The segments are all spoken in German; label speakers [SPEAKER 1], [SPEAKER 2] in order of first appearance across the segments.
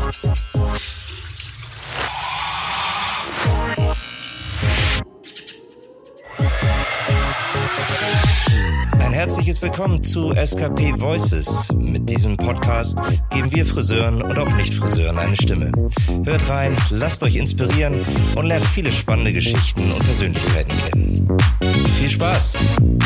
[SPEAKER 1] Ein herzliches Willkommen zu SKP Voices. Mit diesem Podcast geben wir Friseuren und auch Nicht-Friseuren eine Stimme. Hört rein, lasst euch inspirieren und lernt viele spannende Geschichten und Persönlichkeiten kennen. Viel Spaß!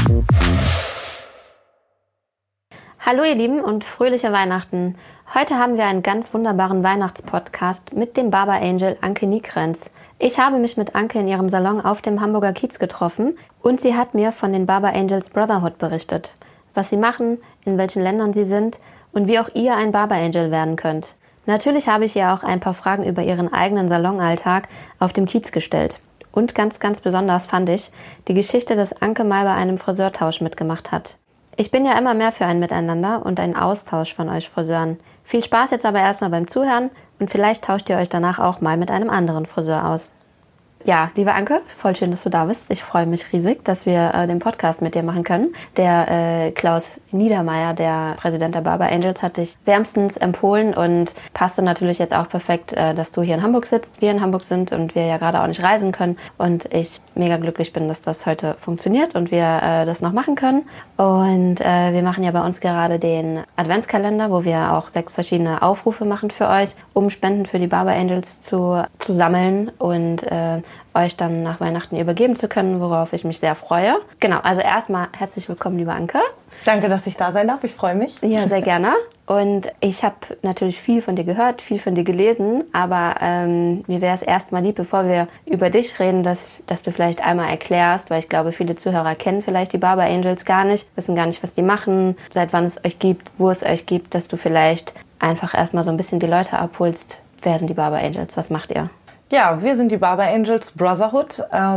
[SPEAKER 2] Hallo ihr Lieben und fröhliche Weihnachten. Heute haben wir einen ganz wunderbaren Weihnachtspodcast mit dem Barber Angel Anke Niekrenz. Ich habe mich mit Anke in ihrem Salon auf dem Hamburger Kiez getroffen und sie hat mir von den Barber Angels Brotherhood berichtet. Was sie machen, in welchen Ländern sie sind und wie auch ihr ein Barber Angel werden könnt. Natürlich habe ich ihr auch ein paar Fragen über ihren eigenen Salonalltag auf dem Kiez gestellt. Und ganz, ganz besonders fand ich die Geschichte, dass Anke mal bei einem Friseurtausch mitgemacht hat. Ich bin ja immer mehr für ein Miteinander und einen Austausch von euch Friseuren. Viel Spaß jetzt aber erstmal beim Zuhören und vielleicht tauscht ihr euch danach auch mal mit einem anderen Friseur aus. Ja, liebe Anke, voll schön, dass du da bist. Ich freue mich riesig, dass wir den Podcast mit dir machen können. Der Klaus Niedermeyer, der Präsident der Barber Angels, hat dich wärmstens empfohlen und passte natürlich jetzt auch perfekt, dass du hier in Hamburg sitzt, wir in Hamburg sind und wir ja gerade auch nicht reisen können. Und ich mega glücklich bin, dass das heute funktioniert und wir das noch machen können. Und wir machen ja bei uns gerade den Adventskalender, wo wir auch 6 verschiedene Aufrufe machen für euch, um Spenden für die Barber Angels zu sammeln und euch dann nach Weihnachten übergeben zu können, worauf ich mich sehr freue. Genau, also erstmal herzlich willkommen, liebe Anke.
[SPEAKER 3] Danke, dass ich da sein darf. Ich freue mich.
[SPEAKER 2] Ja, sehr gerne. Und ich habe natürlich viel von dir gehört, viel von dir gelesen, aber mir wäre es erstmal lieb, bevor wir über dich reden, dass du vielleicht einmal erklärst, weil ich glaube, viele Zuhörer kennen vielleicht die Barber Angels gar nicht, wissen gar nicht, was die machen, seit wann es euch gibt, wo es euch gibt, dass du vielleicht einfach erstmal so ein bisschen die Leute abholst. Wer sind die Barber Angels? Was macht ihr?
[SPEAKER 3] Ja, wir sind die Barber Angels Brotherhood.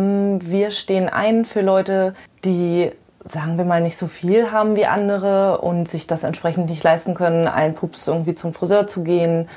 [SPEAKER 3] Wir stehen ein für Leute, die, sagen wir mal, nicht so viel haben wie andere und sich das entsprechend nicht leisten können, einen Pups irgendwie zum Friseur zu gehen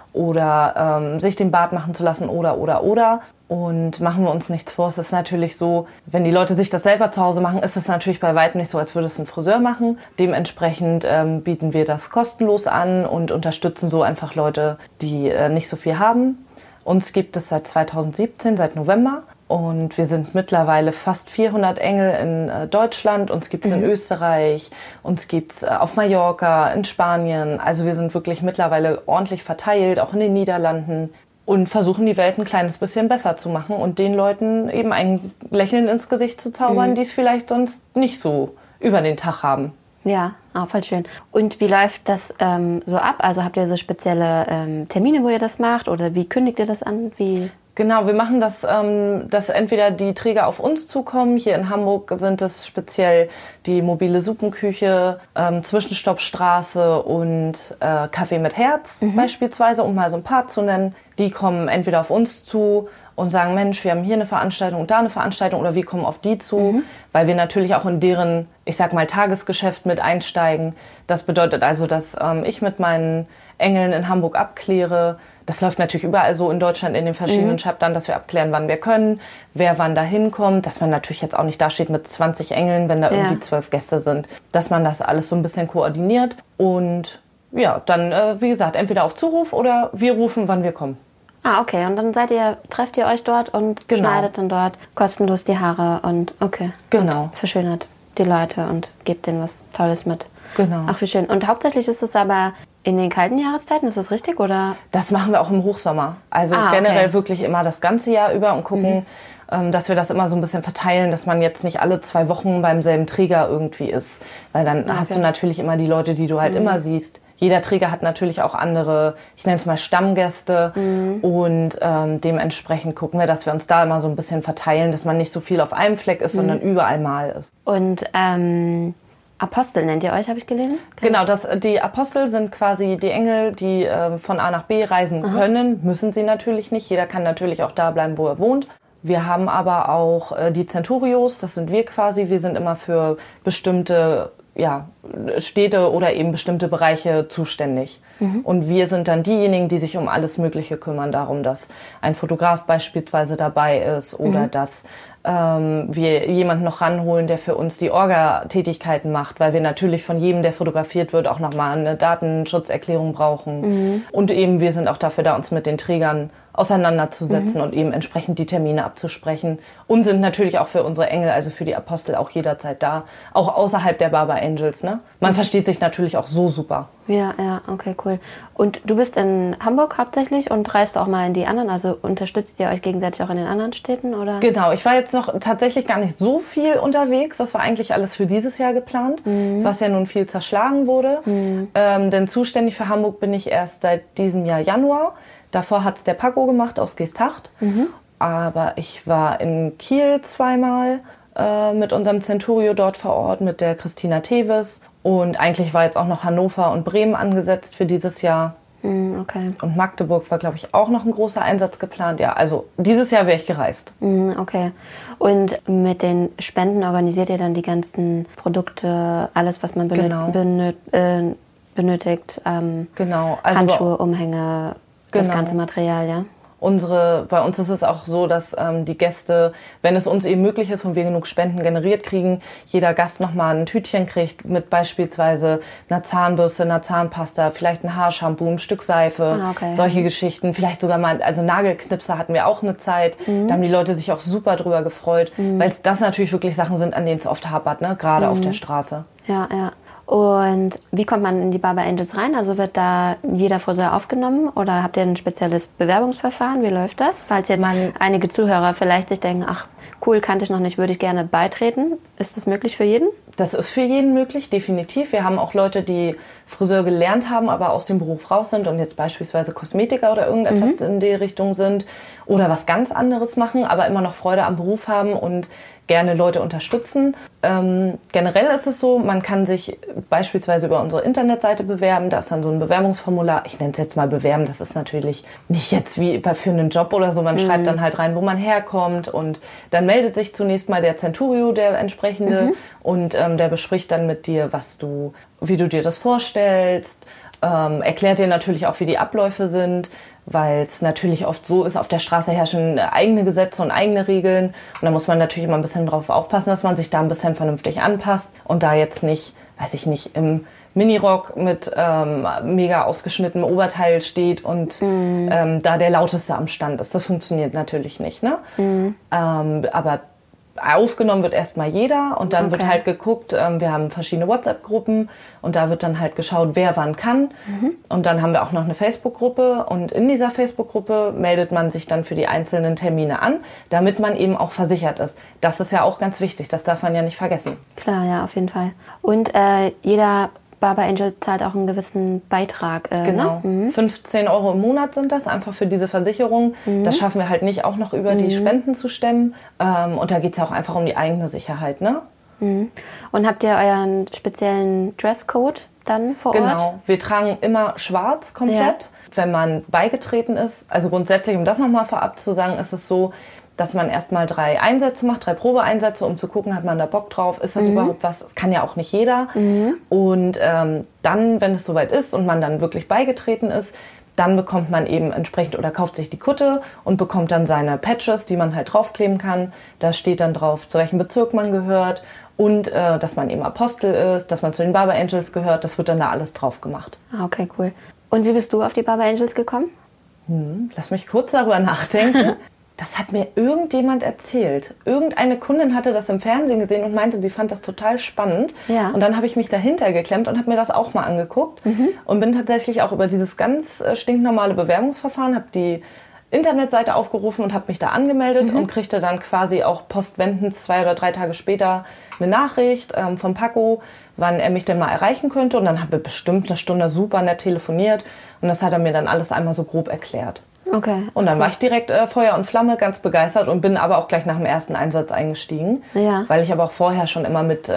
[SPEAKER 3] oder sich den Bart machen zu lassen oder. Und machen wir uns nichts vor, es ist natürlich so, wenn die Leute sich das selber zu Hause machen, ist es natürlich bei weitem nicht so, als würde es ein Friseur machen. Dementsprechend bieten wir das kostenlos an und unterstützen so einfach Leute, die nicht so viel haben. Uns gibt es seit 2017, seit November. Und wir sind mittlerweile fast 400 Engel in Deutschland. Uns gibt es in Österreich, uns gibt es auf Mallorca, in Spanien. Also wir sind wirklich mittlerweile ordentlich verteilt, auch in den Niederlanden. Und versuchen die Welt ein kleines bisschen besser zu machen und den Leuten eben ein Lächeln ins Gesicht zu zaubern, die es vielleicht sonst nicht so über den Tag haben.
[SPEAKER 2] Ja, voll schön. Und wie läuft das so ab? Also habt ihr so spezielle Termine, wo ihr das macht? Oder wie kündigt ihr das an?
[SPEAKER 3] Genau, wir machen das, dass entweder die Träger auf uns zukommen. Hier in Hamburg sind es speziell die mobile Suppenküche, Zwischenstoppstraße und Kaffee mit Herz beispielsweise, um mal so ein paar zu nennen. Die kommen entweder auf uns zu und sagen, Mensch, wir haben hier eine Veranstaltung und da eine Veranstaltung oder wir kommen auf die zu, weil wir natürlich auch in deren, ich sag mal, Tagesgeschäft mit einsteigen. Das bedeutet also, dass ich mit meinen Engeln in Hamburg abkläre. Das läuft natürlich überall so in Deutschland in den verschiedenen Chaptern, dass wir abklären, wann wir können, wer wann da hinkommt, dass man natürlich jetzt auch nicht da steht mit 20 Engeln, wenn da irgendwie 12 Gäste sind, dass man das alles so ein bisschen koordiniert und ja, dann, wie gesagt, entweder auf Zuruf oder wir rufen, wann wir kommen.
[SPEAKER 2] Ah, okay. Und dann trefft ihr euch dort und schneidet dann dort kostenlos die Haare und und verschönert die Leute und gebt denen was Tolles mit.
[SPEAKER 3] Genau.
[SPEAKER 2] Ach, wie schön. Und hauptsächlich ist es aber in den kalten Jahreszeiten, ist das richtig, oder?
[SPEAKER 3] Das machen wir auch im Hochsommer. Also generell wirklich immer das ganze Jahr über und gucken, dass wir das immer so ein bisschen verteilen, dass man jetzt nicht alle 2 Wochen beim selben Träger irgendwie ist. Weil dann hast du natürlich immer die Leute, die du halt immer siehst. Jeder Träger hat natürlich auch andere, ich nenne es mal Stammgäste und dementsprechend gucken wir, dass wir uns da immer so ein bisschen verteilen, dass man nicht so viel auf einem Fleck ist, sondern überall mal ist.
[SPEAKER 2] Und Apostel nennt ihr euch, habe ich gelesen?
[SPEAKER 3] Genau, die Apostel sind quasi die Engel, die von A nach B reisen können, müssen sie natürlich nicht. Jeder kann natürlich auch da bleiben, wo er wohnt. Wir haben aber auch die Centurios, das sind wir quasi. Wir sind immer für bestimmte Städte oder eben bestimmte Bereiche zuständig. Und wir sind dann diejenigen, die sich um alles Mögliche kümmern, darum, dass ein Fotograf beispielsweise dabei ist oder dass wir jemanden noch ranholen, der für uns die Orga-Tätigkeiten macht, weil wir natürlich von jedem, der fotografiert wird, auch nochmal eine Datenschutzerklärung brauchen. Und eben wir sind auch dafür da, uns mit den Trägern auseinanderzusetzen und eben entsprechend die Termine abzusprechen. Und sind natürlich auch für unsere Engel, also für die Apostel, auch jederzeit da. Auch außerhalb der Barber Angels, ne? Man versteht sich natürlich auch so super.
[SPEAKER 2] Ja, okay, cool. Und du bist in Hamburg hauptsächlich und reist auch mal in die anderen, also unterstützt ihr euch gegenseitig auch in den anderen Städten, oder?
[SPEAKER 3] Genau, ich war jetzt noch tatsächlich gar nicht so viel unterwegs. Das war eigentlich alles für dieses Jahr geplant, was ja nun viel zerschlagen wurde. Denn zuständig für Hamburg bin ich erst seit diesem Jahr Januar. Davor hat es der Paco gemacht aus Geesthacht. Aber ich war in Kiel zweimal mit unserem Centurio dort vor Ort, mit der Christina Teves. Und eigentlich war jetzt auch noch Hannover und Bremen angesetzt für dieses Jahr.
[SPEAKER 2] Okay.
[SPEAKER 3] Und Magdeburg war, glaube ich, auch noch ein großer Einsatz geplant. Ja, also dieses Jahr wäre ich gereist.
[SPEAKER 2] Okay. Und mit den Spenden organisiert ihr dann die ganzen Produkte, alles, was man benötigt?
[SPEAKER 3] Genau. Also
[SPEAKER 2] Handschuhe, Umhänge, das ganze Material, ja?
[SPEAKER 3] Bei uns ist es auch so, dass die Gäste, wenn es uns eben möglich ist und wir genug Spenden generiert kriegen, jeder Gast nochmal ein Tütchen kriegt mit beispielsweise einer Zahnbürste, einer Zahnpasta, vielleicht ein Haarshampoo, ein Stück Seife, solche Geschichten. Vielleicht sogar mal, also Nagelknipser hatten wir auch eine Zeit. Da haben die Leute sich auch super drüber gefreut, weil das natürlich wirklich Sachen sind, an denen es oft hapert, ne? Gerade auf der Straße.
[SPEAKER 2] Ja. Und wie kommt man in die Barber Angels rein? Also wird da jeder Friseur aufgenommen oder habt ihr ein spezielles Bewerbungsverfahren? Wie läuft das? Falls jetzt einige Zuhörer vielleicht sich denken, ach cool, kannte ich noch nicht, würde ich gerne beitreten. Ist das möglich für jeden?
[SPEAKER 3] Das ist für jeden möglich, definitiv. Wir haben auch Leute, die Friseur gelernt haben, aber aus dem Beruf raus sind und jetzt beispielsweise Kosmetiker oder irgendetwas in die Richtung sind oder was ganz anderes machen, aber immer noch Freude am Beruf haben und gerne Leute unterstützen. Generell ist es so, man kann sich beispielsweise über unsere Internetseite bewerben. Da ist dann so ein Bewerbungsformular. Ich nenne es jetzt mal bewerben. Das ist natürlich nicht jetzt wie für einen Job oder so. Man schreibt dann halt rein, wo man herkommt. Und dann meldet sich zunächst mal der Centurio, der entsprechende. Und der bespricht dann mit dir, wie du dir das vorstellst. Erklärt dir natürlich auch, wie die Abläufe sind, weil es natürlich oft so ist, auf der Straße herrschen eigene Gesetze und eigene Regeln. Und da muss man natürlich immer ein bisschen drauf aufpassen, dass man sich da ein bisschen vernünftig anpasst und da jetzt nicht, im Minirock mit mega ausgeschnittenem Oberteil steht und da der Lauteste am Stand ist. Das funktioniert natürlich nicht, ne? Aber aufgenommen wird erstmal jeder und dann wird halt geguckt, wir haben verschiedene WhatsApp-Gruppen und da wird dann halt geschaut, wer wann kann. Und dann haben wir auch noch eine Facebook-Gruppe und in dieser Facebook-Gruppe meldet man sich dann für die einzelnen Termine an, damit man eben auch versichert ist. Das ist ja auch ganz wichtig, das darf man ja nicht vergessen.
[SPEAKER 2] Klar, ja, auf jeden Fall. Und jeder Barber Angel zahlt auch einen gewissen Beitrag.
[SPEAKER 3] Genau,
[SPEAKER 2] ne?
[SPEAKER 3] 15 € im Monat sind das, einfach für diese Versicherung. Das schaffen wir halt nicht auch noch über die Spenden zu stemmen. Und da geht es ja auch einfach um die eigene Sicherheit, ne?
[SPEAKER 2] Und habt ihr euren speziellen Dresscode dann vor Ort?
[SPEAKER 3] Genau, wir tragen immer schwarz komplett, wenn man beigetreten ist. Also grundsätzlich, um das nochmal vorab zu sagen, ist es so, dass man erstmal 3 Einsätze macht, 3 Probeeinsätze, um zu gucken, hat man da Bock drauf, ist das überhaupt was, das kann ja auch nicht jeder. Und dann, wenn es soweit ist und man dann wirklich beigetreten ist, dann bekommt man eben entsprechend oder kauft sich die Kutte und bekommt dann seine Patches, die man halt draufkleben kann. Da steht dann drauf, zu welchem Bezirk man gehört und dass man eben Apostel ist, dass man zu den Barber Angels gehört. Das wird dann da alles drauf gemacht.
[SPEAKER 2] Okay, cool. Und wie bist du auf die Barber Angels gekommen?
[SPEAKER 3] Lass mich kurz darüber nachdenken. Das hat mir irgendjemand erzählt. Irgendeine Kundin hatte das im Fernsehen gesehen und meinte, sie fand das total spannend.
[SPEAKER 2] Ja.
[SPEAKER 3] Und dann habe ich mich dahinter geklemmt und habe mir das auch mal angeguckt. Und bin tatsächlich auch über dieses ganz stinknormale Bewerbungsverfahren, habe die Internetseite aufgerufen und habe mich da angemeldet und kriegte dann quasi auch postwendend 2 oder 3 Tage später eine Nachricht vom Paco, wann er mich denn mal erreichen könnte. Und dann haben wir bestimmt eine Stunde super nett telefoniert. Und das hat er mir dann alles einmal so grob erklärt.
[SPEAKER 2] Okay.
[SPEAKER 3] Und dann war ich direkt Feuer und Flamme, ganz begeistert und bin aber auch gleich nach dem ersten Einsatz eingestiegen, weil ich aber auch vorher schon immer mit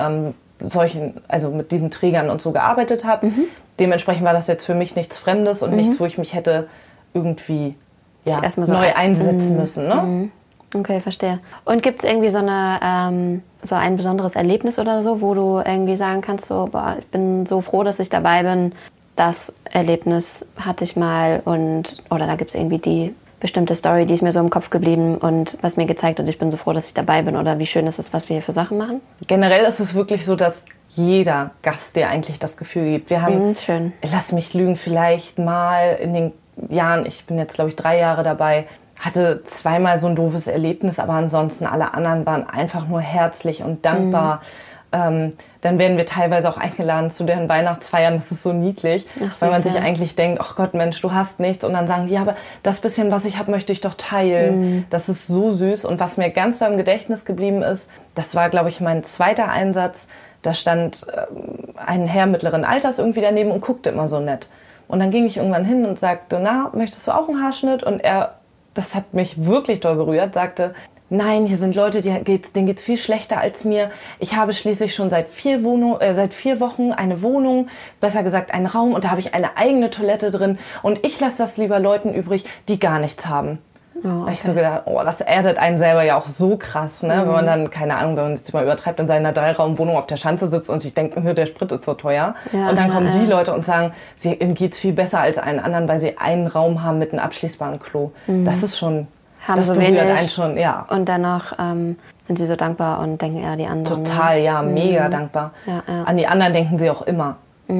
[SPEAKER 3] mit diesen Trägern und so gearbeitet habe. Dementsprechend war das jetzt für mich nichts Fremdes und nichts, wo ich mich hätte irgendwie neu einsetzen müssen. Ne?
[SPEAKER 2] Okay, verstehe. Und gibt es irgendwie so ein besonderes Erlebnis oder so, wo du irgendwie sagen kannst, so, boah, ich bin so froh, dass ich dabei bin, das Erlebnis hatte ich mal oder da gibt es irgendwie bestimmte Story, die ist mir so im Kopf geblieben und was mir gezeigt hat, ich bin so froh, dass ich dabei bin oder wie schön ist es, was wir hier für Sachen machen?
[SPEAKER 3] Generell ist es wirklich so, dass jeder Gast dir eigentlich das Gefühl gibt. Wir haben,
[SPEAKER 2] schön.
[SPEAKER 3] Lass mich lügen, vielleicht mal in den Jahren, ich bin jetzt glaube ich 3 Jahre dabei, hatte 2-mal so ein doofes Erlebnis, aber ansonsten alle anderen waren einfach nur herzlich und dankbar. Dann werden wir teilweise auch eingeladen zu deren Weihnachtsfeiern. Das ist so niedlich, weil man sich eigentlich denkt, ach Gott, Mensch, du hast nichts. Und dann sagen die, ja, aber das bisschen, was ich habe, möchte ich doch teilen. Das ist so süß. Und was mir ganz so im Gedächtnis geblieben ist, das war, glaube ich, mein 2. Einsatz. Da stand ein Herr mittleren Alters irgendwie daneben und guckte immer so nett. Und dann ging ich irgendwann hin und sagte, na, möchtest du auch einen Haarschnitt? Und er, das hat mich wirklich doll berührt, sagte, nein, hier sind Leute, denen geht's viel schlechter als mir. Ich habe schließlich schon seit 4 Wochen eine Wohnung, besser gesagt einen Raum, und da habe ich eine eigene Toilette drin. Und ich lasse das lieber Leuten übrig, die gar nichts haben. Oh, okay. Da habe ich so gedacht, oh, das erdet einen selber ja auch so krass, ne? Wenn man dann, keine Ahnung, wenn man es mal übertreibt, in seiner 3-Raum-Wohnung auf der Schanze sitzt und sich denkt, der Sprit ist so teuer. Ja, und dann kommen die Leute und sagen, ihnen geht's viel besser als allen anderen, weil sie einen Raum haben mit einem abschließbaren Klo. Das ist schon...
[SPEAKER 2] Das so berührt einen schon, ja. Und dennoch sind sie so dankbar und denken eher die anderen.
[SPEAKER 3] Total, ja, mega dankbar. Ja. An die anderen denken sie auch immer.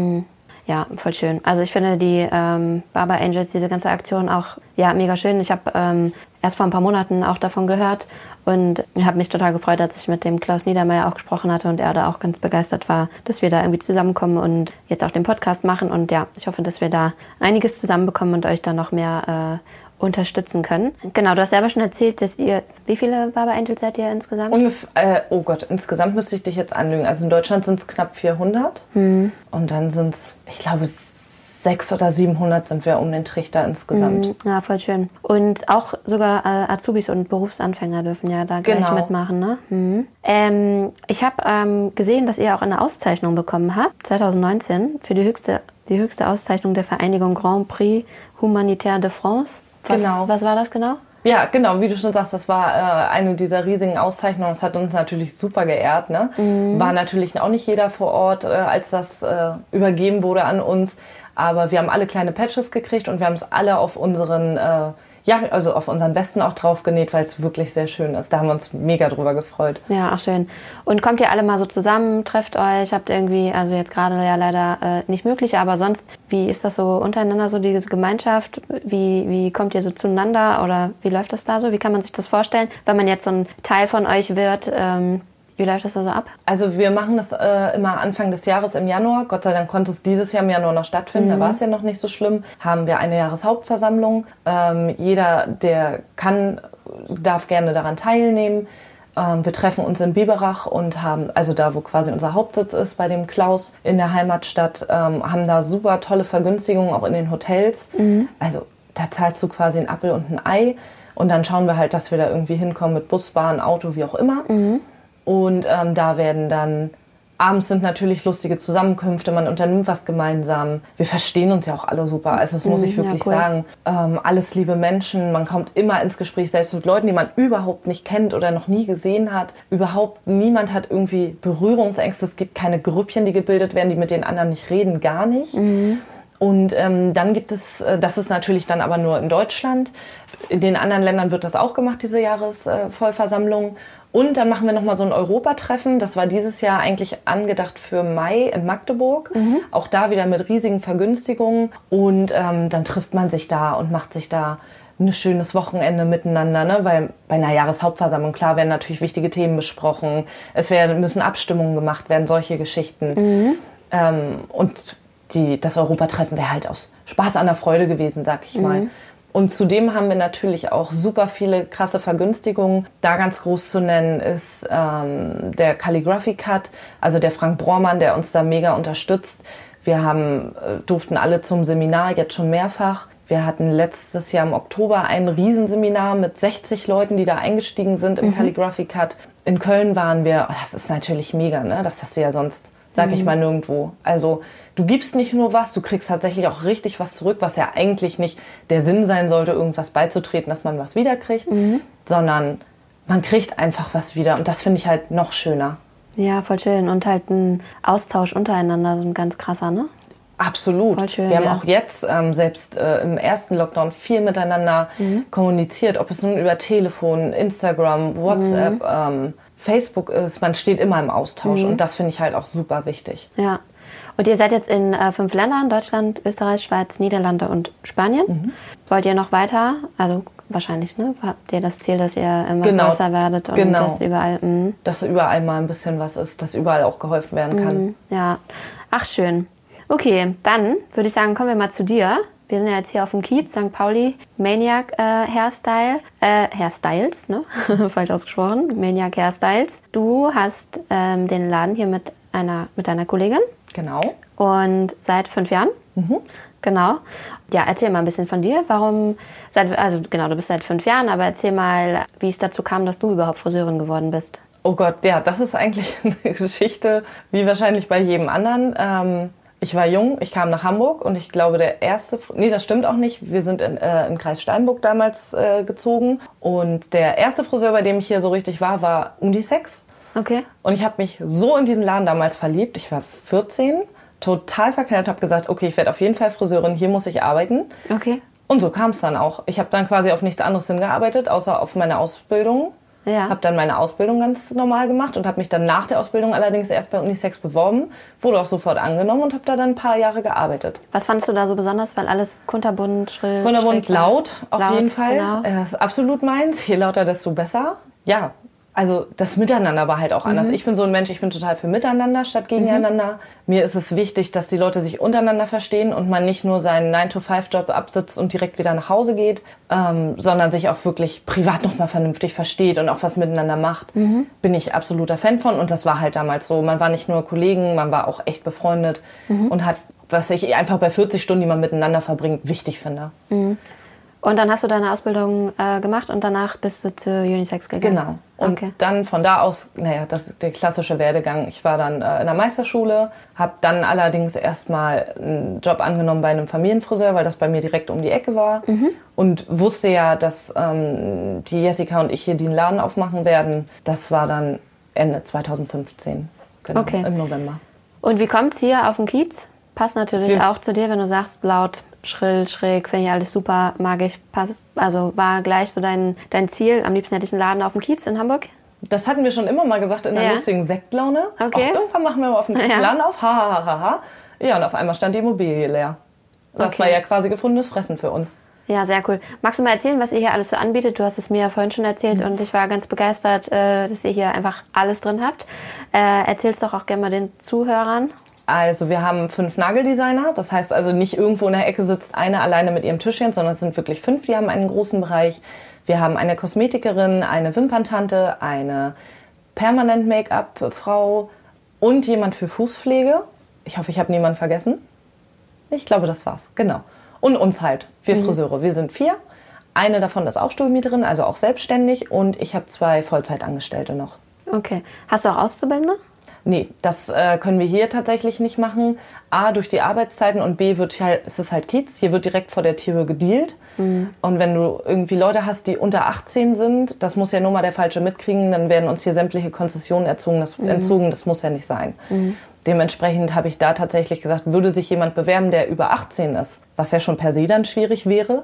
[SPEAKER 2] Ja, voll schön. Also ich finde die Barber Angels, diese ganze Aktion auch mega schön. Ich habe erst vor ein paar Monaten auch davon gehört und habe mich total gefreut, als ich mit dem Klaus Niedermeyer auch gesprochen hatte und er da auch ganz begeistert war, dass wir da irgendwie zusammenkommen und jetzt auch den Podcast machen. Und ja, ich hoffe, dass wir da einiges zusammenbekommen und euch dann noch mehr unterstützen können. Genau, du hast selber schon erzählt, dass ihr, wie viele Barber Angels seid ihr insgesamt?
[SPEAKER 3] Oh Gott, insgesamt müsste ich dich jetzt anlügen. Also in Deutschland sind es knapp 400 und dann sind es, ich glaube, 600 oder 700 sind wir um den Trichter insgesamt.
[SPEAKER 2] Ja, voll schön. Und auch sogar Azubis und Berufsanfänger dürfen ja da gleich mitmachen, ne? Ich habe gesehen, dass ihr auch eine Auszeichnung bekommen habt, 2019, für die höchste Auszeichnung der Vereinigung Grand Prix Humanitaire de France. Was war das genau?
[SPEAKER 3] Ja, genau, wie du schon sagst, das war eine dieser riesigen Auszeichnungen. Das hat uns natürlich super geehrt. Ne? War natürlich auch nicht jeder vor Ort, als das übergeben wurde an uns. Aber wir haben alle kleine Patches gekriegt und wir haben es alle auf unseren auf unseren Westen auch drauf genäht, weil es wirklich sehr schön ist. Da haben wir uns mega drüber gefreut.
[SPEAKER 2] Ja, ach schön. Und kommt ihr alle mal so zusammen, trefft euch, habt irgendwie, also jetzt gerade ja leider nicht möglich, aber sonst, wie ist das so untereinander, so diese Gemeinschaft? Wie kommt ihr so zueinander oder wie läuft das da so? Wie kann man sich das vorstellen, wenn man jetzt so ein Teil von euch wird? Wie läuft das da so ab?
[SPEAKER 3] Also wir machen das immer Anfang des Jahres im Januar. Gott sei Dank konnte es dieses Jahr im Januar noch stattfinden. Da war es ja noch nicht so schlimm. Haben wir eine Jahreshauptversammlung. Jeder, der kann, darf gerne daran teilnehmen. Wir treffen uns in Biberach und haben, also da, wo quasi unser Hauptsitz ist, bei dem Klaus in der Heimatstadt, haben da super tolle Vergünstigungen auch in den Hotels. Also da zahlst du quasi einen Appel und ein Ei. Und dann schauen wir halt, dass wir da irgendwie hinkommen mit Bus, Bahn, Auto, wie auch immer. Und da werden dann, abends sind natürlich lustige Zusammenkünfte, man unternimmt was gemeinsam. Wir verstehen uns ja auch alle super, also das muss ich wirklich sagen. Alles liebe Menschen, man kommt immer ins Gespräch, selbst mit Leuten, die man überhaupt nicht kennt oder noch nie gesehen hat. Überhaupt niemand hat irgendwie Berührungsängste, es gibt keine Grüppchen, die gebildet werden, die mit den anderen nicht reden, gar nicht. Und dann gibt es, das ist natürlich dann aber nur in Deutschland. In den anderen Ländern wird das auch gemacht, diese Jahresvollversammlung. Und dann machen wir nochmal so ein Europatreffen. Das war dieses Jahr eigentlich angedacht für Mai in Magdeburg. Auch da wieder mit riesigen Vergünstigungen. Und dann trifft man sich da und macht sich da ein schönes Wochenende miteinander. Ne? Weil bei einer Jahreshauptversammlung, klar, werden natürlich wichtige Themen besprochen. Müssen Abstimmungen gemacht werden, solche Geschichten. Und das Europatreffen wäre halt aus Spaß an der Freude gewesen, sag ich mal. Und zudem haben wir natürlich auch super viele krasse Vergünstigungen. Da ganz groß zu nennen ist der Calligraphy Cut, also der Frank Bormann, der uns da mega unterstützt. Wir durften alle zum Seminar, jetzt schon mehrfach. Wir hatten letztes Jahr im Oktober ein Riesenseminar mit 60 Leuten, die da eingestiegen sind im Calligraphy Cut. In Köln waren wir, das ist natürlich mega, ne? Das hast du ja sonst, sag ich mal, nirgendwo. Also du gibst nicht nur was, du kriegst tatsächlich auch richtig was zurück, was ja eigentlich nicht der Sinn sein sollte, irgendwas beizutreten, dass man was wiederkriegt, sondern man kriegt einfach was wieder und das finde ich halt noch schöner.
[SPEAKER 2] Ja, voll schön und halt ein Austausch untereinander, so ein ganz krasser, ne?
[SPEAKER 3] Absolut.
[SPEAKER 2] Voll schön,
[SPEAKER 3] wir haben auch jetzt selbst im ersten Lockdown viel miteinander kommuniziert, ob es nun über Telefon, Instagram, WhatsApp, Facebook ist. Man steht immer im Austausch und das finde ich halt auch super wichtig.
[SPEAKER 2] Ja. Und ihr seid jetzt in 5 Ländern, Deutschland, Österreich, Schweiz, Niederlande und Spanien. Wollt ihr noch weiter? Also wahrscheinlich, ne? Habt ihr das Ziel, dass ihr immer größer werdet und dass überall...
[SPEAKER 3] Dass überall mal ein bisschen was ist, dass überall auch geholfen werden kann.
[SPEAKER 2] Ja. Ach, schön. Okay, dann würde ich sagen, kommen wir mal zu dir. Wir sind ja jetzt hier auf dem Kiez, St. Pauli, Maniac Hairstyles, ne? Falsch ausgesprochen, Maniac Hairstyles. Du hast den Laden hier mit deiner Kollegin.
[SPEAKER 3] Genau.
[SPEAKER 2] Und seit 5 Jahren. Genau. Ja, erzähl mal ein bisschen von dir. Du bist seit 5 Jahren, aber erzähl mal, wie es dazu kam, dass du überhaupt Friseurin geworden bist.
[SPEAKER 3] Oh Gott, ja, das ist eigentlich eine Geschichte, wie wahrscheinlich bei jedem anderen. Ich war jung, ich kam nach Hamburg und ich glaube, das stimmt auch nicht. Wir sind in Kreis Steinburg damals gezogen und der erste Friseur, bei dem ich hier so richtig war Unisex.
[SPEAKER 2] Okay.
[SPEAKER 3] Und ich habe mich so in diesen Laden damals verliebt. Ich war 14, total verknallt, habe gesagt, okay, ich werde auf jeden Fall Friseurin, hier muss ich arbeiten.
[SPEAKER 2] Okay.
[SPEAKER 3] Und so kam es dann auch. Ich habe dann quasi auf nichts anderes hingearbeitet, außer auf meine Ausbildung.
[SPEAKER 2] Ja.
[SPEAKER 3] Habe dann meine Ausbildung ganz normal gemacht und habe mich dann nach der Ausbildung allerdings erst bei Unisex beworben, wurde auch sofort angenommen und habe da dann ein paar Jahre gearbeitet.
[SPEAKER 2] Was fandest du da so besonders? Weil alles kunterbunt, schrill,
[SPEAKER 3] kunterbunt, laut auf jeden Fall.
[SPEAKER 2] Genau.
[SPEAKER 3] Das ist absolut meins. Je lauter, desto besser. Ja, also das Miteinander war halt auch anders. Ich bin so ein Mensch, ich bin total für Miteinander statt gegeneinander. Mir ist es wichtig, dass die Leute sich untereinander verstehen und man nicht nur seinen 9-to-5-Job absitzt und direkt wieder nach Hause geht, sondern sich auch wirklich privat nochmal vernünftig versteht und auch was miteinander macht. Bin ich absoluter Fan von und das war halt damals so. Man war nicht nur Kollegen, man war auch echt befreundet und hat, was ich einfach bei 40 Stunden, die man miteinander verbringt, wichtig finde.
[SPEAKER 2] Und dann hast du deine Ausbildung gemacht und danach bist du zu Unisex gegangen?
[SPEAKER 3] Genau. Und dann von da aus, das ist der klassische Werdegang. Ich war dann in der Meisterschule, habe dann allerdings erstmal einen Job angenommen bei einem Familienfriseur, weil das bei mir direkt um die Ecke war. Und wusste ja, dass die Jessica und ich hier den Laden aufmachen werden. Das war dann Ende 2015, genau, im November.
[SPEAKER 2] Und wie kommt's hier auf den Kiez? Passt natürlich auch zu dir, wenn du sagst, laut, schrill, schräg, finde ich alles super, mag ich, passt. Also war gleich so dein Ziel. Am liebsten hätte ich einen Laden auf dem Kiez in Hamburg.
[SPEAKER 3] Das hatten wir schon immer mal gesagt in einer lustigen Sektlaune. Okay. Auch irgendwann machen wir mal auf dem Laden auf. Ja, und auf einmal stand die Immobilie leer. Das war ja quasi gefundenes Fressen für uns.
[SPEAKER 2] Ja, sehr cool. Magst du mal erzählen, was ihr hier alles so anbietet? Du hast es mir ja vorhin schon erzählt und ich war ganz begeistert, dass ihr hier einfach alles drin habt. Erzähl's doch auch gerne mal den Zuhörern.
[SPEAKER 3] Also wir haben 5 Nageldesigner, das heißt also nicht irgendwo in der Ecke sitzt eine alleine mit ihrem Tischchen, sondern es sind wirklich 5, die haben einen großen Bereich. Wir haben eine Kosmetikerin, eine Wimperntante, eine Permanent-Make-up-Frau und jemand für Fußpflege. Ich hoffe, ich habe niemanden vergessen. Ich glaube, das war's, genau. Und uns halt, wir Friseure. Wir sind 4. Eine davon ist auch Stuhlmieterin, also auch selbstständig und ich habe 2 Vollzeitangestellte noch.
[SPEAKER 2] Okay. Hast du auch Auszubildende?
[SPEAKER 3] Nee, das können wir hier tatsächlich nicht machen. A, durch die Arbeitszeiten und B, ist es halt Kiez. Hier wird direkt vor der Tür gedealt. Und wenn du irgendwie Leute hast, die unter 18 sind, das muss ja nur mal der Falsche mitkriegen, dann werden uns hier sämtliche Konzessionen entzogen. Das muss ja nicht sein. Dementsprechend habe ich da tatsächlich gesagt, würde sich jemand bewerben, der über 18 ist, was ja schon per se dann schwierig wäre,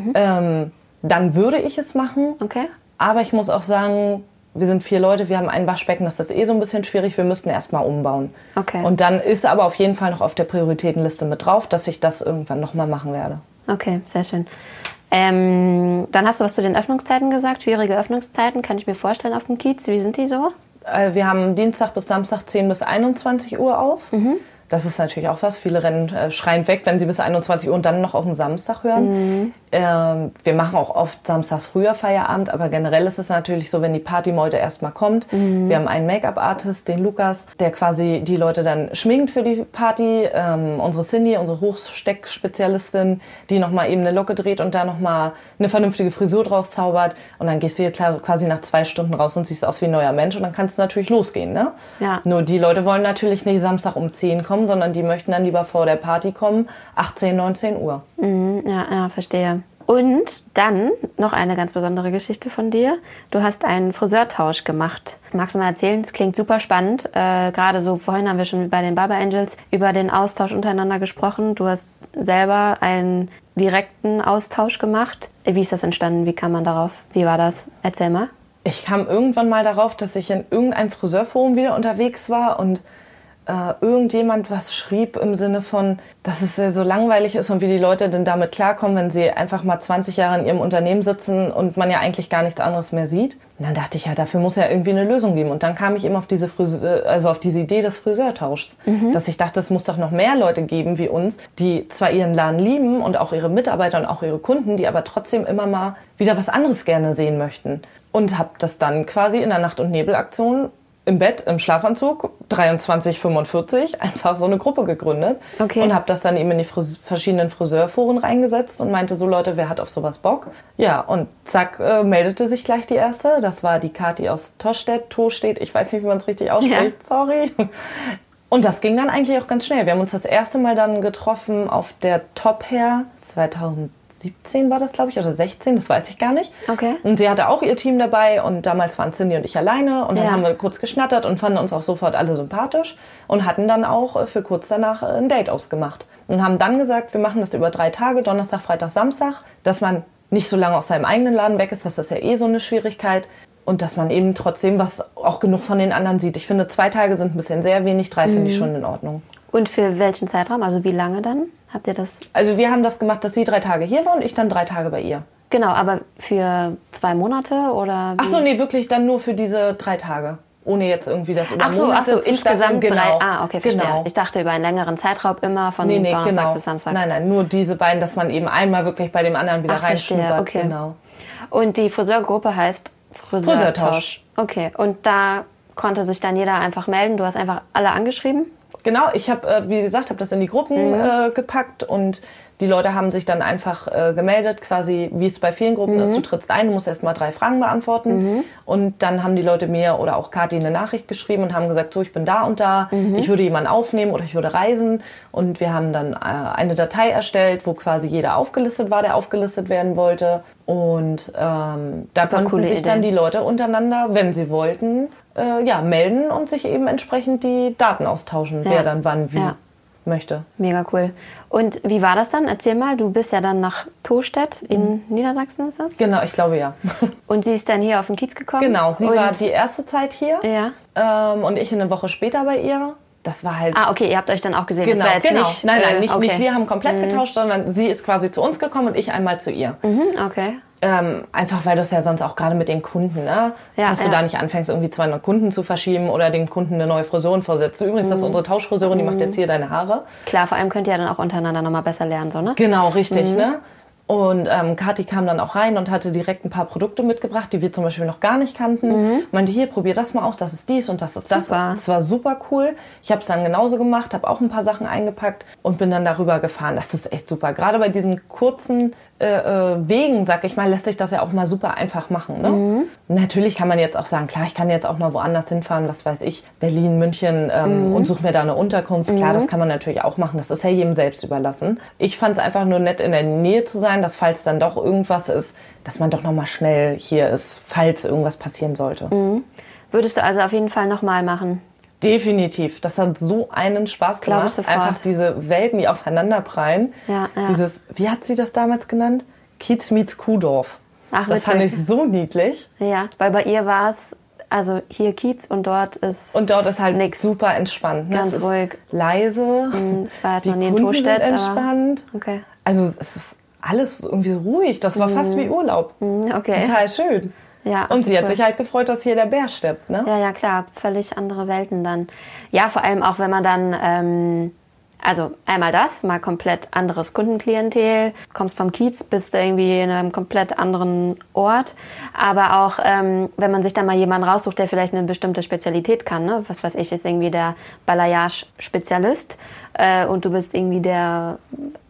[SPEAKER 3] dann würde ich es machen.
[SPEAKER 2] Okay.
[SPEAKER 3] Aber ich muss auch sagen, wir sind 4 Leute, wir haben ein Waschbecken, das ist so ein bisschen schwierig, wir müssten erst mal umbauen.
[SPEAKER 2] Okay.
[SPEAKER 3] Und dann ist aber auf jeden Fall noch auf der Prioritätenliste mit drauf, dass ich das irgendwann nochmal machen werde.
[SPEAKER 2] Okay, sehr schön. Dann hast du was zu den Öffnungszeiten gesagt, schwierige Öffnungszeiten, kann ich mir vorstellen auf dem Kiez. Wie sind die so?
[SPEAKER 3] Wir haben Dienstag bis Samstag 10 bis 21 Uhr auf. Das ist natürlich auch was. Viele rennen schreiend weg, wenn sie bis 21 Uhr und dann noch auf den Samstag hören. Wir machen auch oft samstags früher Feierabend, aber generell ist es natürlich so, wenn die Partymeute erstmal kommt. Wir haben einen Make-up-Artist, den Lukas, der quasi die Leute dann schminkt für die Party. Unsere Cindy, unsere Hochsteck-Spezialistin, die nochmal eben eine Locke dreht und da nochmal eine vernünftige Frisur draus zaubert. Und dann gehst du hier quasi nach 2 Stunden raus und siehst aus wie ein neuer Mensch und dann kann es natürlich losgehen. Ne?
[SPEAKER 2] Ja.
[SPEAKER 3] Nur die Leute wollen natürlich nicht Samstag um 10 kommen, sondern die möchten dann lieber vor der Party kommen, 18, 19 Uhr.
[SPEAKER 2] Ja, verstehe. Und dann noch eine ganz besondere Geschichte von dir. Du hast einen Friseurtausch gemacht. Magst du mal erzählen? Es klingt super spannend. Gerade so vorhin haben wir schon bei den Barber Angels über den Austausch untereinander gesprochen. Du hast selber einen direkten Austausch gemacht. Wie ist das entstanden? Wie kam man darauf? Wie war das? Erzähl mal.
[SPEAKER 3] Ich kam irgendwann mal darauf, dass ich in irgendeinem Friseurforum wieder unterwegs war und irgendjemand was schrieb im Sinne von, dass es so langweilig ist und wie die Leute denn damit klarkommen, wenn sie einfach mal 20 Jahre in ihrem Unternehmen sitzen und man ja eigentlich gar nichts anderes mehr sieht. Und dann dachte ich, ja, dafür muss ja irgendwie eine Lösung geben. Und dann kam ich eben auf diese Idee des Friseurtauschs, dass ich dachte, es muss doch noch mehr Leute geben wie uns, die zwar ihren Laden lieben und auch ihre Mitarbeiter und auch ihre Kunden, die aber trotzdem immer mal wieder was anderes gerne sehen möchten. Und habe das dann quasi in der Nacht- und Nebelaktion im Bett, im Schlafanzug, 23:45, einfach so eine Gruppe gegründet.
[SPEAKER 2] Okay.
[SPEAKER 3] Und habe das dann eben in die verschiedenen Friseurforen reingesetzt und meinte so, Leute, wer hat auf sowas Bock? Ja, und zack, meldete sich gleich die erste. Das war die Kathi aus Tostedt, ich weiß nicht, wie man es richtig ausspricht, sorry. Und das ging dann eigentlich auch ganz schnell. Wir haben uns das erste Mal dann getroffen auf der Top Hair 2017 war das, glaube ich, oder 16, das weiß ich gar nicht.
[SPEAKER 2] Okay.
[SPEAKER 3] Und sie hatte auch ihr Team dabei und damals waren Cindy und ich alleine und dann haben wir kurz geschnattert und fanden uns auch sofort alle sympathisch und hatten dann auch für kurz danach ein Date ausgemacht. Und haben dann gesagt, wir machen das über 3 Tage, Donnerstag, Freitag, Samstag, dass man nicht so lange aus seinem eigenen Laden weg ist, das ist ja eh so eine Schwierigkeit. Und dass man eben trotzdem was auch genug von den anderen sieht. Ich finde, 2 Tage sind ein bisschen sehr wenig, 3 finde ich schon in Ordnung.
[SPEAKER 2] Und für welchen Zeitraum? Also wie lange dann? Habt ihr das?
[SPEAKER 3] Also wir haben das gemacht, dass sie 3 Tage hier war und ich dann 3 Tage bei ihr.
[SPEAKER 2] Genau, aber für 2 Monate oder wie?
[SPEAKER 3] Ach so, nee, wirklich dann nur für diese 3 Tage. Ohne jetzt irgendwie das über Monate zu
[SPEAKER 2] insgesamt
[SPEAKER 3] staffeln. Genau.
[SPEAKER 2] 3. Okay, verstehe.
[SPEAKER 3] Genau.
[SPEAKER 2] Ich dachte über einen längeren Zeitraum immer von Donnerstag bis Samstag.
[SPEAKER 3] Nein, nur diese beiden, dass man eben einmal wirklich bei dem anderen wieder reinschnuppert.
[SPEAKER 2] Okay.
[SPEAKER 3] Genau.
[SPEAKER 2] Und die Friseurgruppe heißt Friseurtausch. Okay, und da konnte sich dann jeder einfach melden. Du hast einfach alle angeschrieben?
[SPEAKER 3] Genau, ich habe, wie gesagt, das in die Gruppen gepackt und die Leute haben sich dann einfach gemeldet, quasi wie es bei vielen Gruppen ist. Du trittst ein, du musst erst mal 3 Fragen beantworten und dann haben die Leute mir oder auch Kathi eine Nachricht geschrieben und haben gesagt, so, ich bin da und da, ich würde jemanden aufnehmen oder ich würde reisen und wir haben dann eine Datei erstellt, wo quasi jeder aufgelistet war, der aufgelistet werden wollte und da konnten sich dann die Leute untereinander, wenn sie wollten, melden und sich eben entsprechend die Daten austauschen, wer dann wann wie möchte.
[SPEAKER 2] Mega cool. Und wie war das dann? Erzähl mal, du bist ja dann nach Tostedt in Niedersachsen, ist das?
[SPEAKER 3] Genau, ich glaube ja.
[SPEAKER 2] Und sie ist dann hier auf den Kiez gekommen?
[SPEAKER 3] Genau, sie war die erste Zeit hier und ich eine Woche später bei ihr. Das war halt...
[SPEAKER 2] Ah, okay, ihr habt euch dann auch gesehen.
[SPEAKER 3] Genau,
[SPEAKER 2] das war jetzt nicht,
[SPEAKER 3] Nein, nicht wir haben komplett getauscht, sondern sie ist quasi zu uns gekommen und ich einmal zu ihr.
[SPEAKER 2] Okay.
[SPEAKER 3] Einfach weil das ja sonst auch gerade mit den Kunden, ne? Dass du da nicht anfängst, irgendwie 200 Kunden zu verschieben oder dem Kunden eine neue Friseurin vorsetzt. Übrigens, das ist unsere Tauschfriseurin, die macht jetzt hier deine Haare.
[SPEAKER 2] Klar, vor allem könnt ihr ja dann auch untereinander nochmal besser lernen, so, ne?
[SPEAKER 3] Genau, richtig, ne? Und Kathi kam dann auch rein und hatte direkt ein paar Produkte mitgebracht, die wir zum Beispiel noch gar nicht kannten. Meinte, hier, probier das mal aus, das ist dies und das ist das. Das war super cool. Ich habe es dann genauso gemacht, habe auch ein paar Sachen eingepackt und bin dann darüber gefahren. Das ist echt super. Gerade bei diesen kurzen Wegen, sag ich mal, lässt sich das ja auch mal super einfach machen. Ne? Natürlich kann man jetzt auch sagen, klar, ich kann jetzt auch mal woanders hinfahren, was weiß ich, Berlin, München und suche mir da eine Unterkunft. Klar, das kann man natürlich auch machen. Das ist ja jedem selbst überlassen. Ich fand es einfach nur nett, in der Nähe zu sein, dass falls dann doch irgendwas ist, dass man doch noch mal schnell hier ist, falls irgendwas passieren sollte.
[SPEAKER 2] Würdest du also auf jeden Fall nochmal machen?
[SPEAKER 3] Definitiv. Das hat so einen Spaß gemacht. Einfach diese Welten, die aufeinander prallen.
[SPEAKER 2] Ja.
[SPEAKER 3] Dieses, wie hat sie das damals genannt? Kiez meets Kuhdorf.
[SPEAKER 2] Ach,
[SPEAKER 3] das fand ich so niedlich.
[SPEAKER 2] Ja, weil bei ihr war es, also hier Kiez und dort ist
[SPEAKER 3] halt
[SPEAKER 2] nix.
[SPEAKER 3] Super entspannt. Ne?
[SPEAKER 2] Ganz ruhig.
[SPEAKER 3] Leise.
[SPEAKER 2] Ich war jetzt
[SPEAKER 3] die
[SPEAKER 2] noch nie in
[SPEAKER 3] Kunden
[SPEAKER 2] Tostedt.
[SPEAKER 3] sind entspannt.
[SPEAKER 2] Okay.
[SPEAKER 3] Also es ist alles irgendwie ruhig. Das war fast wie Urlaub.
[SPEAKER 2] Okay.
[SPEAKER 3] Total schön.
[SPEAKER 2] Ja,
[SPEAKER 3] und sie hat sich halt gefreut, dass hier der Bär steppt, ne?
[SPEAKER 2] Ja, klar. Völlig andere Welten dann. Ja, vor allem auch, wenn man dann, also einmal das, mal komplett anderes Kundenklientel, kommst vom Kiez, bist irgendwie in einem komplett anderen Ort. Aber auch, wenn man sich dann mal jemanden raussucht, der vielleicht eine bestimmte Spezialität kann, ne? Was weiß ich, ist irgendwie der Balayage-Spezialist und du bist irgendwie der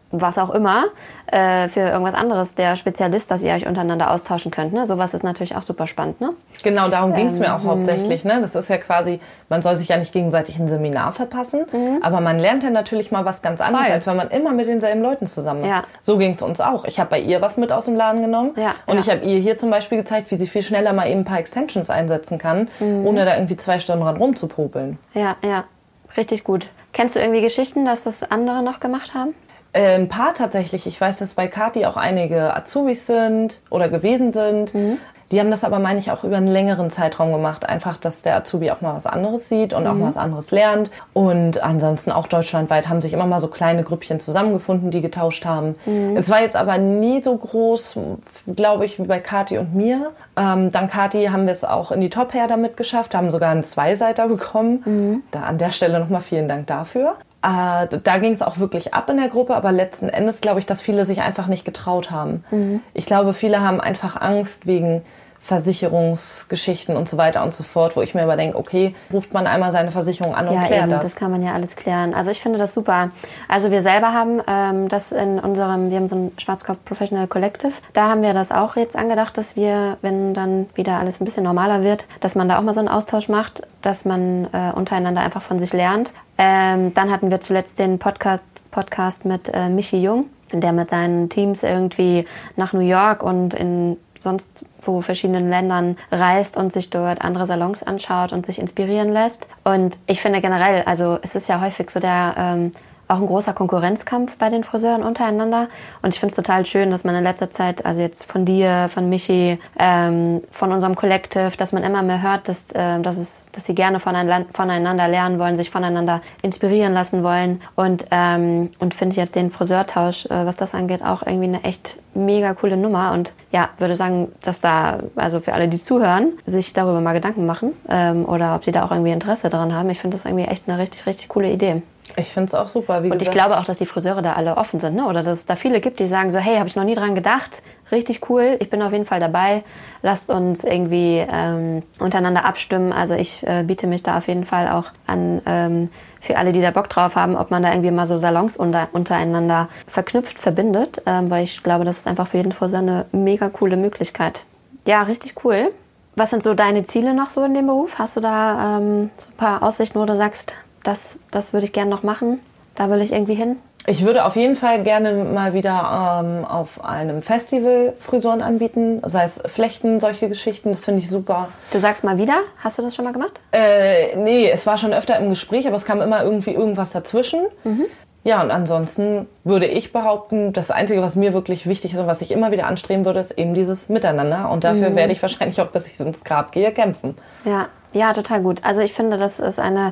[SPEAKER 2] was auch immer, für irgendwas anderes, der Spezialist, dass ihr euch untereinander austauschen könnt. Ne? Sowas ist natürlich auch super spannend. Ne?
[SPEAKER 3] Genau, darum ging es mir auch hauptsächlich. Ne? Das ist ja quasi, man soll sich ja nicht gegenseitig ein Seminar verpassen, aber man lernt ja natürlich mal was ganz anderes, als wenn man immer mit denselben Leuten zusammen ist. Ja. So ging es uns auch. Ich habe bei ihr was mit aus dem Laden genommen und ich habe ihr hier zum Beispiel gezeigt, wie sie viel schneller mal eben ein paar Extensions einsetzen kann, ohne da irgendwie 2 Stunden dran rumzupopeln.
[SPEAKER 2] Ja, richtig gut. Kennst du irgendwie Geschichten, dass das andere noch gemacht haben?
[SPEAKER 3] Ein paar tatsächlich. Ich weiß, dass bei Kathi auch einige Azubis sind oder gewesen sind. Die haben das aber, meine ich, auch über einen längeren Zeitraum gemacht. Einfach, dass der Azubi auch mal was anderes sieht und auch mal was anderes lernt. Und ansonsten auch deutschlandweit haben sich immer mal so kleine Grüppchen zusammengefunden, die getauscht haben. Es war jetzt aber nie so groß, glaube ich, wie bei Kathi und mir. Dank Kathi haben wir es auch in die Top-Hair damit geschafft, haben sogar einen Zweiseiter bekommen. Da an der Stelle nochmal vielen Dank dafür. Da ging es auch wirklich ab in der Gruppe, aber letzten Endes glaube ich, dass viele sich einfach nicht getraut haben. Ich glaube, viele haben einfach Angst wegen Versicherungsgeschichten und so weiter und so fort, wo ich mir aber denke, okay, ruft man einmal seine Versicherung an und klärt das.
[SPEAKER 2] Das kann man ja alles klären. Also ich finde das super. Also wir selber haben das wir haben so ein Schwarzkopf Professional Collective, da haben wir das auch jetzt angedacht, dass wir, wenn dann wieder alles ein bisschen normaler wird, dass man da auch mal so einen Austausch macht, dass man untereinander einfach von sich lernt. Dann hatten wir zuletzt den Podcast mit Michi Jung, der mit seinen Teams irgendwie nach New York und in sonst wo verschiedenen Ländern reist und sich dort andere Salons anschaut und sich inspirieren lässt. Und ich finde generell, also es ist ja häufig so auch ein großer Konkurrenzkampf bei den Friseuren untereinander. Und ich finde es total schön, dass man in letzter Zeit, also jetzt von dir, von Michi, von unserem Collective, dass man immer mehr hört, dass sie gerne voneinander lernen wollen, sich voneinander inspirieren lassen wollen. Und finde jetzt den Friseurtausch, was das angeht, auch irgendwie eine echt mega coole Nummer. Und ja, würde sagen, dass da, also für alle, die zuhören, sich darüber mal Gedanken machen oder ob sie da auch irgendwie Interesse daran haben. Ich finde das irgendwie echt eine richtig, richtig coole Idee.
[SPEAKER 3] Ich finde es auch super. Wie
[SPEAKER 2] gesagt. Ich glaube auch, dass die Friseure da alle offen sind, ne? Oder dass es da viele gibt, die sagen so, hey, habe ich noch nie dran gedacht, richtig cool, ich bin auf jeden Fall dabei, lasst uns irgendwie untereinander abstimmen. Also ich biete mich da auf jeden Fall auch an für alle, die da Bock drauf haben, ob man da irgendwie mal so Salons untereinander verknüpft, verbindet, weil ich glaube, das ist einfach für jeden Friseur eine mega coole Möglichkeit. Ja, richtig cool. Was sind so deine Ziele noch so in dem Beruf? Hast du da so ein paar Aussichten, wo du sagst, das würde ich gerne noch machen, da will ich irgendwie hin?
[SPEAKER 3] Ich würde auf jeden Fall gerne mal wieder auf einem Festival Frisuren anbieten, sei es Flechten, solche Geschichten, das finde ich super.
[SPEAKER 2] Du sagst mal wieder, hast du das schon mal gemacht?
[SPEAKER 3] Nee, es war schon öfter im Gespräch, aber es kam immer irgendwie irgendwas dazwischen. Ja, und ansonsten würde ich behaupten, das Einzige, was mir wirklich wichtig ist und was ich immer wieder anstreben würde, ist eben dieses Miteinander. Und dafür werde ich wahrscheinlich auch, bis ich ins Grab gehe, kämpfen.
[SPEAKER 2] Ja, total gut. Also ich finde, das ist eine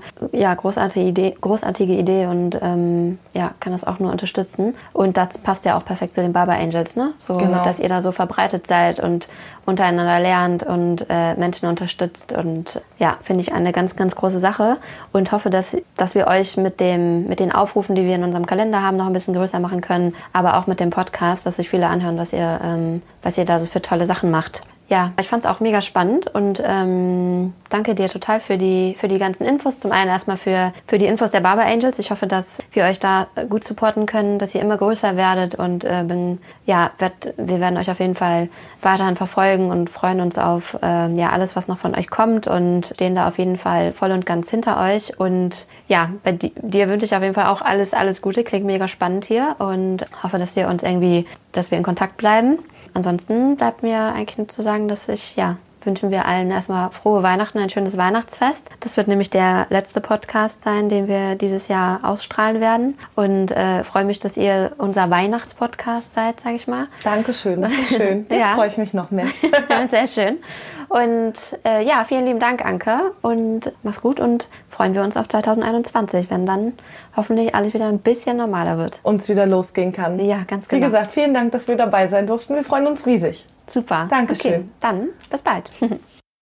[SPEAKER 2] großartige Idee und kann das auch nur unterstützen. Und das passt ja auch perfekt zu den Barber Angels, ne? So, genau. Dass ihr da so verbreitet seid und untereinander lernt und Menschen unterstützt. Und ja, finde ich eine ganz, ganz große Sache. Und hoffe, dass wir euch mit den Aufrufen, die wir in unserem Kalender haben, noch ein bisschen größer machen können. Aber auch mit dem Podcast, dass sich viele anhören, was ihr da so für tolle Sachen macht. Ja, ich fand es auch mega spannend und danke dir total für die ganzen Infos. Zum einen erstmal für die Infos der Barber Angels. Ich hoffe, dass wir euch da gut supporten können, dass ihr immer größer werdet und wir werden euch auf jeden Fall weiterhin verfolgen und freuen uns auf alles, was noch von euch kommt und stehen da auf jeden Fall voll und ganz hinter euch. Und ja, bei dir wünsche ich auf jeden Fall auch alles Gute. Klingt mega spannend hier und hoffe, dass wir in Kontakt bleiben. Ansonsten bleibt mir eigentlich nur zu sagen, wünschen wir allen erstmal frohe Weihnachten, ein schönes Weihnachtsfest. Das wird nämlich der letzte Podcast sein, den wir dieses Jahr ausstrahlen werden. Und freue mich, dass ihr unser Weihnachtspodcast seid, sage ich mal.
[SPEAKER 3] Dankeschön, das ist schön. Jetzt freue ich mich noch mehr.
[SPEAKER 2] Sehr schön. Und vielen lieben Dank, Anke. Und mach's gut und freuen wir uns auf 2021, wenn dann hoffentlich alles wieder ein bisschen normaler wird.
[SPEAKER 3] Uns wieder losgehen kann.
[SPEAKER 2] Ja, ganz genau.
[SPEAKER 3] Wie gesagt, vielen Dank, dass wir dabei sein durften. Wir freuen uns riesig.
[SPEAKER 2] Super.
[SPEAKER 3] Dankeschön.
[SPEAKER 2] Okay, dann bis bald.